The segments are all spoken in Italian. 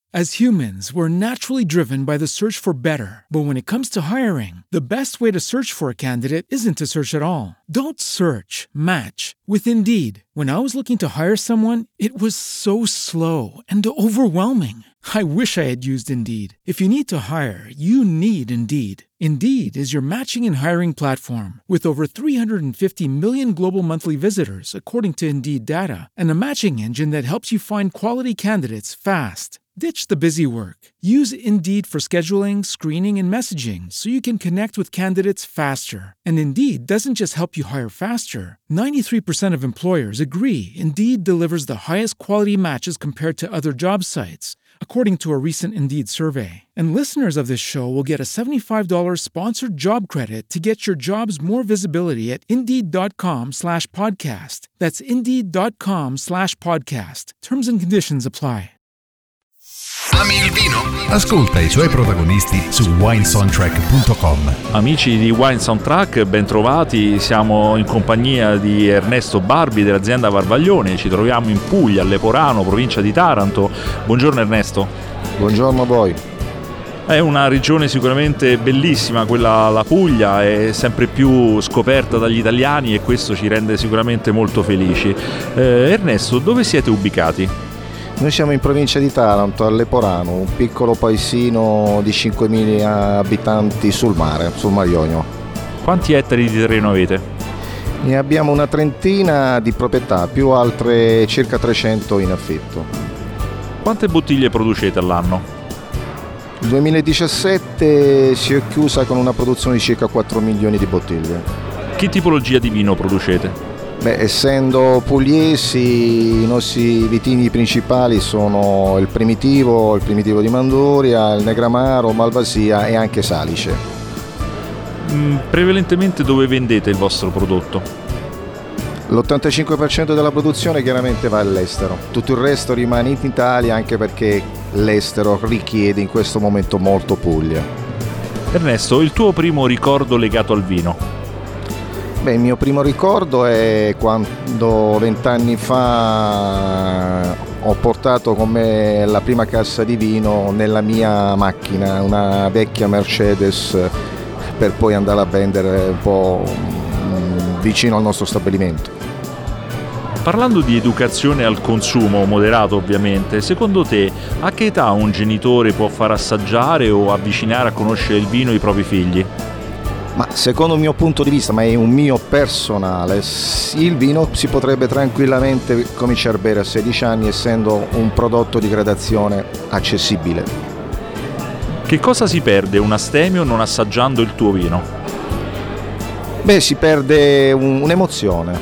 As humans, we're naturally driven by the search for better. But when it comes to hiring, the best way to search for a candidate isn't to search at all. Don't search, match with Indeed. When I was looking to hire someone, it was so slow and overwhelming. I wish I had used Indeed. If you need to hire, you need Indeed. Indeed is your matching and hiring platform with over 350 million global monthly visitors, according to Indeed data, and a matching engine that helps you find quality candidates fast. Ditch the busy work. Use Indeed for scheduling, screening, and messaging so you can connect with candidates faster. And Indeed doesn't just help you hire faster. 93% of employers agree Indeed delivers the highest quality matches compared to other job sites, according to a recent Indeed survey. And listeners of this show will get a $75 sponsored job credit to get your jobs more visibility at Indeed.com/podcast. That's Indeed.com/podcast. Terms and conditions apply. Ami il vino? Ascolta i suoi protagonisti su winesoundtrack.com. Amici di Wine Soundtrack, bentrovati. Siamo in compagnia di Ernesto Barbi dell'azienda Varvaglione. Ci troviamo in Puglia, a Leporano, provincia di Taranto. Buongiorno Ernesto. Buongiorno a voi. È una regione sicuramente bellissima, quella la Puglia, è sempre più scoperta dagli italiani e questo ci rende sicuramente molto felici. Ernesto, dove siete ubicati? Noi siamo in provincia di Taranto, a Leporano, un piccolo paesino di 5.000 abitanti sul mare, sul Mar Ionio. Quanti ettari di terreno avete? Ne abbiamo una trentina di proprietà, più altre circa 300 in affitto. Quante bottiglie producete all'anno? Il 2017 si è chiusa con una produzione di circa 4 milioni di bottiglie. Che tipologia di vino producete? Essendo pugliesi, i nostri vitigni principali sono il Primitivo di Manduria, il Negramaro, Malvasia e anche Salice. Prevalentemente dove vendete il vostro prodotto? L'85% della produzione chiaramente va all'estero, tutto il resto rimane in Italia anche perché l'estero richiede in questo momento molto Puglia. Ernesto, il tuo primo ricordo legato al vino? Il mio primo ricordo è quando 20 anni fa ho portato con me la prima cassa di vino nella mia macchina, una vecchia Mercedes, per poi andare a vendere un po' vicino al nostro stabilimento. Parlando di educazione al consumo, moderato ovviamente, secondo te a che età un genitore può far assaggiare o avvicinare a conoscere il vino i propri figli? Ma secondo il mio punto di vista, ma è un mio personale, il vino si potrebbe tranquillamente cominciare a bere a 16 anni essendo un prodotto di gradazione accessibile. Che cosa si perde un astemio non assaggiando il tuo vino? Si perde un'emozione.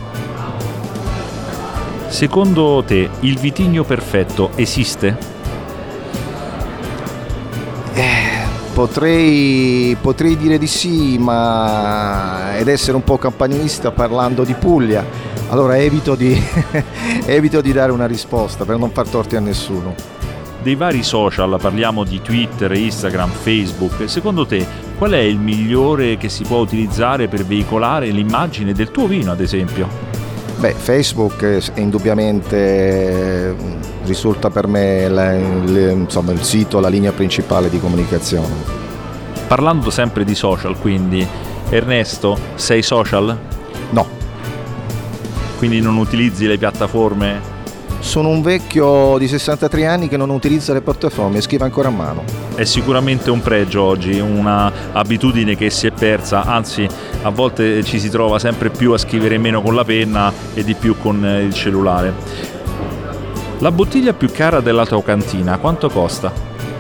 Secondo te il vitigno perfetto esiste? Potrei dire di sì, ma ed essere un po' campanilista parlando di Puglia, allora evito di dare una risposta per non far torti a nessuno. Dei vari social, parliamo di Twitter, Instagram, Facebook, secondo te qual è il migliore che si può utilizzare per veicolare l'immagine del tuo vino, ad esempio? Facebook è indubbiamente risulta per me il sito, la linea principale di comunicazione. Parlando sempre di social, quindi, Ernesto, sei social? No. Quindi non utilizzi le piattaforme? Sono un vecchio di 63 anni che non utilizza le piattaforme e scrive ancora a mano. È sicuramente un pregio oggi, una abitudine che si è persa, anzi a volte ci si trova sempre più a scrivere meno con la penna e di più con il cellulare. La bottiglia più cara della tua cantina quanto costa?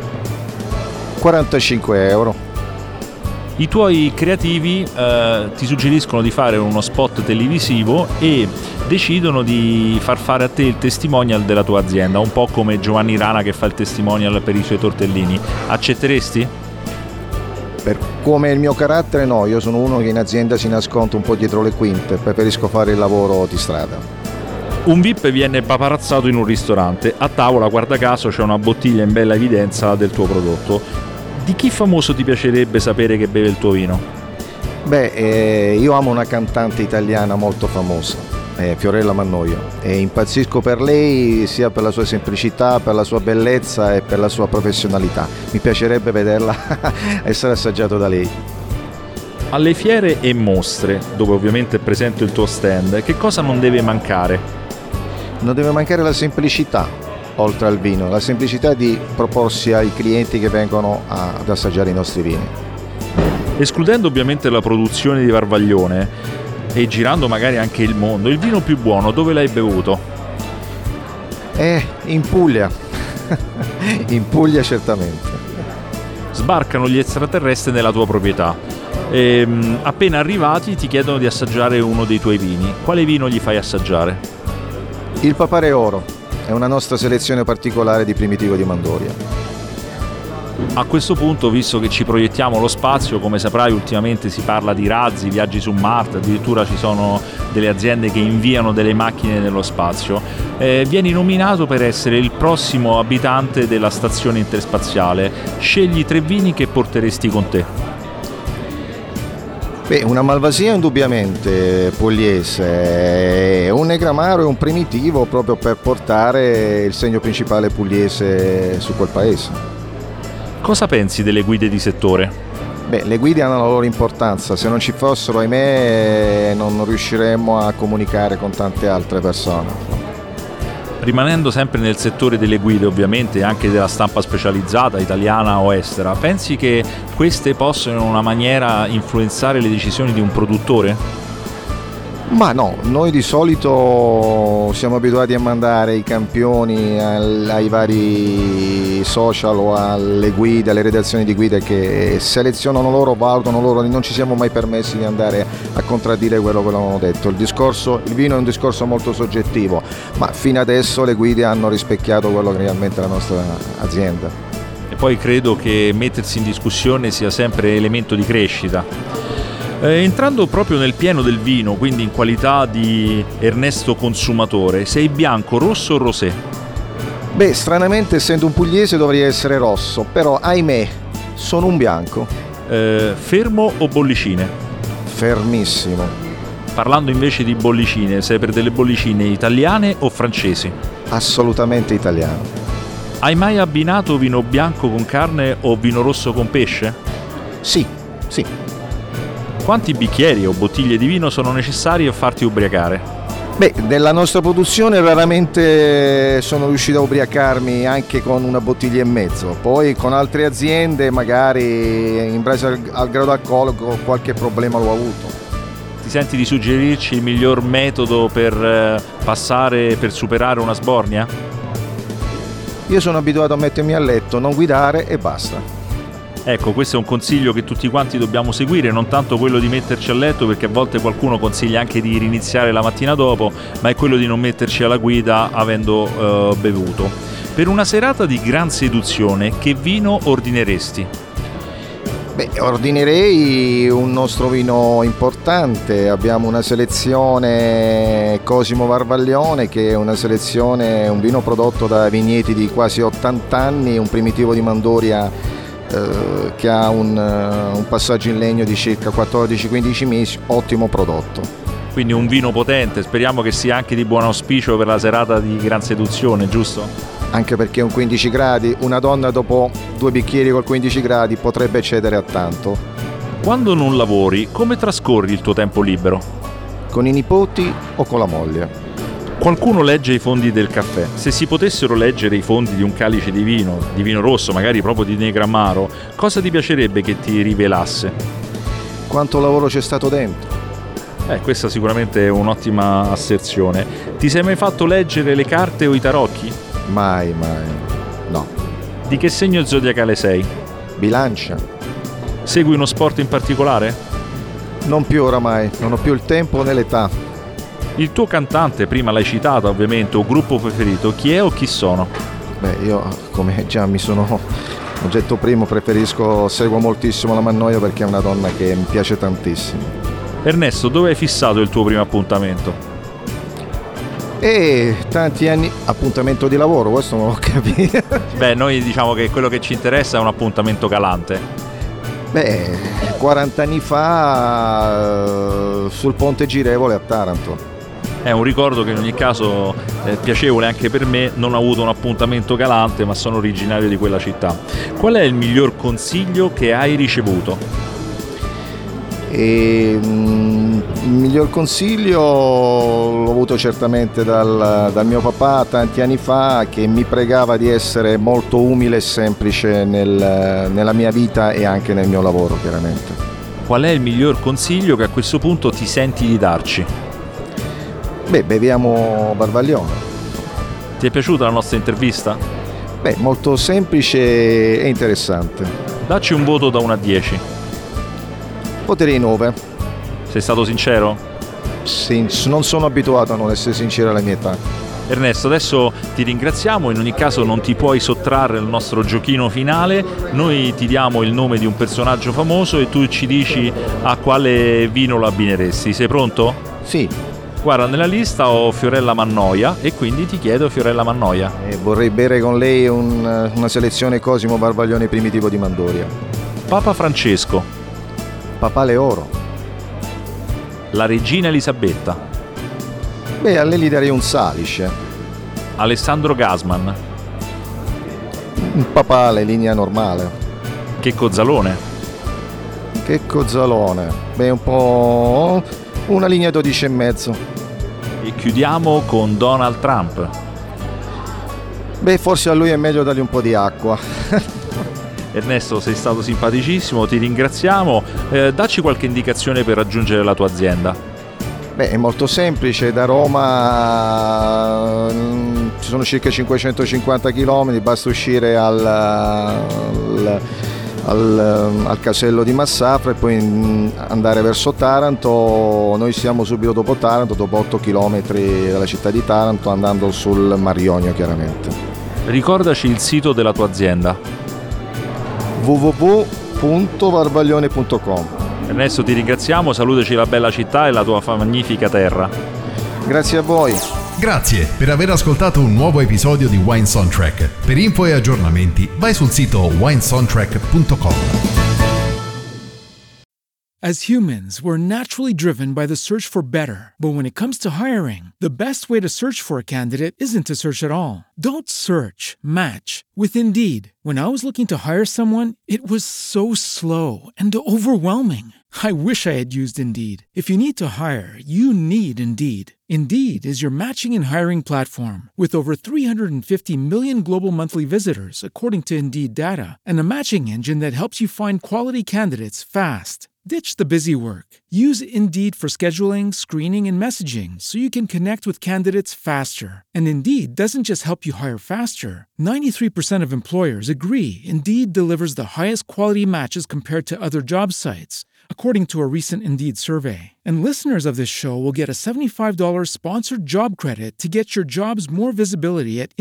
45 euro. I tuoi creativi ti suggeriscono di fare uno spot televisivo e decidono di far fare a te il testimonial della tua azienda, un po' come Giovanni Rana che fa il testimonial per i suoi tortellini. Accetteresti? Per come è il mio carattere no, io sono uno che in azienda si nasconde un po' dietro le quinte, preferisco fare il lavoro di strada. Un VIP viene paparazzato in un ristorante, a tavola guarda caso c'è una bottiglia in bella evidenza del tuo prodotto. Di chi famoso ti piacerebbe sapere che beve il tuo vino? Io amo una cantante italiana molto famosa, Fiorella Mannoio, e impazzisco per lei sia per la sua semplicità, per la sua bellezza e per la sua professionalità. Mi piacerebbe vederla essere assaggiato da lei. Alle fiere e mostre, dove ovviamente è presente il tuo stand, che cosa non deve mancare? Non deve mancare la semplicità, oltre al vino, la semplicità di proporsi ai clienti che vengono ad assaggiare i nostri vini. Escludendo ovviamente la produzione di Varvaglione e girando magari anche il mondo, il vino più buono dove l'hai bevuto? In Puglia, in Puglia certamente. Sbarcano gli extraterrestri nella tua proprietà. Appena arrivati ti chiedono di assaggiare uno dei tuoi vini. Quale vino gli fai assaggiare? Il Papare Oro è una nostra selezione particolare di Primitivo di Mandoria. A questo punto, visto che ci proiettiamo allo spazio, come saprai ultimamente si parla di razzi, viaggi su Marte, addirittura ci sono delle aziende che inviano delle macchine nello spazio, vieni nominato per essere il prossimo abitante della stazione interspaziale. Scegli 3 vini che porteresti con te. Una Malvasia indubbiamente pugliese, un Negramaro e un Primitivo, proprio per portare il segno principale pugliese su quel paese. Cosa pensi delle guide di settore? Le guide hanno la loro importanza, se non ci fossero, ahimè, non riusciremmo a comunicare con tante altre persone. Rimanendo sempre nel settore delle guide, ovviamente anche della stampa specializzata, italiana o estera, pensi che queste possano in una maniera influenzare le decisioni di un produttore? Ma no, noi di solito siamo abituati a mandare i campioni ai vari social o alle guide, alle redazioni di guide che selezionano loro, valutano loro, non ci siamo mai permessi di andare a contraddire quello che avevano detto. Il vino è un discorso molto soggettivo, ma fino adesso le guide hanno rispecchiato quello che realmente è la nostra azienda. E poi credo che mettersi in discussione sia sempre elemento di crescita. Entrando proprio nel pieno del vino, quindi in qualità di Ernesto consumatore, sei bianco, rosso o rosé? Stranamente, essendo un pugliese dovrei essere rosso, però ahimè sono un bianco. Fermo o bollicine? Fermissimo. Parlando invece di bollicine, sei per delle bollicine italiane o francesi? Assolutamente italiano. Hai mai abbinato vino bianco con carne o vino rosso con pesce? Sì. Quanti bicchieri o bottiglie di vino sono necessari a farti ubriacare? Della nostra produzione raramente sono riuscito a ubriacarmi anche con una bottiglia e mezzo, poi con altre aziende magari in base al grado alcolico qualche problema l'ho avuto. Ti senti di suggerirci il miglior metodo per superare una sbornia? Io sono abituato a mettermi a letto, non guidare e basta. Ecco, questo è un consiglio che tutti quanti dobbiamo seguire, non tanto quello di metterci a letto, perché a volte qualcuno consiglia anche di riniziare la mattina dopo, ma è quello di non metterci alla guida avendo bevuto. Per una serata di gran seduzione, che vino ordineresti? Ordinerei un nostro vino importante. Abbiamo una selezione Cosimo Varvaglione, che è un vino prodotto da vigneti di quasi 80 anni, un Primitivo di Mandoria che ha un passaggio in legno di circa 14-15 mesi, ottimo prodotto. Quindi un vino potente, speriamo che sia anche di buon auspicio per la serata di gran seduzione, giusto? Anche perché un 15 gradi, una donna dopo 2 bicchieri col 15 gradi potrebbe cedere a tanto. Quando non lavori, come trascorri il tuo tempo libero? Con i nipoti o con la moglie? Qualcuno legge i fondi del caffè. Se si potessero leggere i fondi di un calice di vino rosso, magari proprio di Negramaro, cosa ti piacerebbe che ti rivelasse? Quanto lavoro c'è stato dentro? Questa sicuramente è un'ottima asserzione. Ti sei mai fatto leggere le carte o i tarocchi? Mai, no. Di che segno zodiacale sei? Bilancia. Segui uno sport in particolare? Non più oramai, non ho più il tempo né l'età. Il tuo cantante, prima l'hai citato ovviamente, o gruppo preferito, chi è o chi sono? Io, come già ho detto prima, seguo moltissimo la Mannoio perché è una donna che mi piace tantissimo. Ernesto, dove hai fissato il tuo primo appuntamento? Tanti anni, appuntamento di lavoro, questo non l'ho capito. Noi diciamo che quello che ci interessa è un appuntamento galante. 40 anni fa sul ponte girevole a Taranto. È un ricordo che in ogni caso è piacevole anche per me. Non ho avuto un appuntamento galante, ma sono originario di quella città. Qual è il miglior consiglio che hai ricevuto? Il miglior consiglio l'ho avuto certamente dal mio papà tanti anni fa, che mi pregava di essere molto umile e semplice nella mia vita e anche nel mio lavoro, chiaramente. Qual è il miglior consiglio che a questo punto ti senti di darci? Beviamo Barbaglione. Ti è piaciuta la nostra intervista? Molto semplice e interessante. Dacci un voto da 1 a 10. Potrei 9. Sei stato sincero? Sì, non sono abituato a non essere sincero alla mia età. Ernesto, adesso ti ringraziamo, in ogni caso non ti puoi sottrarre al nostro giochino finale. Noi ti diamo il nome di un personaggio famoso e tu ci dici a quale vino lo abbineresti. Sei pronto? Sì. Guarda, nella lista ho Fiorella Mannoia e quindi ti chiedo Fiorella Mannoia. Vorrei bere con lei una selezione Cosimo Barbaglione Primitivo di Mandoria. Papa Francesco. Papale Oro. La regina Elisabetta. A lei gli darei un Salice. Alessandro Gasman. Un papale, linea normale. Checco Zalone. Checco Zalone. Un po'... una linea 12,5. E chiudiamo con Donald Trump. Forse a lui è meglio dargli un po' di acqua. Ernesto, sei stato simpaticissimo, ti ringraziamo. Dacci qualche indicazione per raggiungere la tua azienda. È molto semplice, da Roma ci sono circa 550 km, basta uscire al casello di Massafra e poi andare verso Taranto. Noi siamo subito dopo Taranto, dopo 8 km dalla città di Taranto, andando sul Mar Ionio chiaramente. Ricordaci il sito della tua azienda. www.barbaglione.com. Ernesto, ti ringraziamo, salutaci la bella città e la tua magnifica terra. Grazie a voi. Grazie per aver ascoltato un nuovo episodio di Wine Soundtrack. Per info e aggiornamenti vai sul sito winesoundtrack.com. As humans, we're naturally driven by the search for better. But when it comes to hiring, the best way to search for a candidate isn't to search at all. Don't search, match with Indeed. When I was looking to hire someone, it was so slow and overwhelming. I wish I had used Indeed. If you need to hire, you need Indeed. Indeed is your matching and hiring platform with over 350 million global monthly visitors, according to Indeed data, and a matching engine that helps you find quality candidates fast. Ditch the busy work. Use Indeed for scheduling, screening, and messaging so you can connect with candidates faster. And Indeed doesn't just help you hire faster. 93% of employers agree Indeed delivers the highest quality matches compared to other job sites, according to a recent Indeed survey. And listeners of this show will get a $75 sponsored job credit to get your jobs more visibility at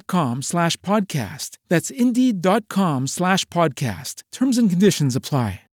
Indeed.com/podcast. That's Indeed.com/podcast. Terms and conditions apply.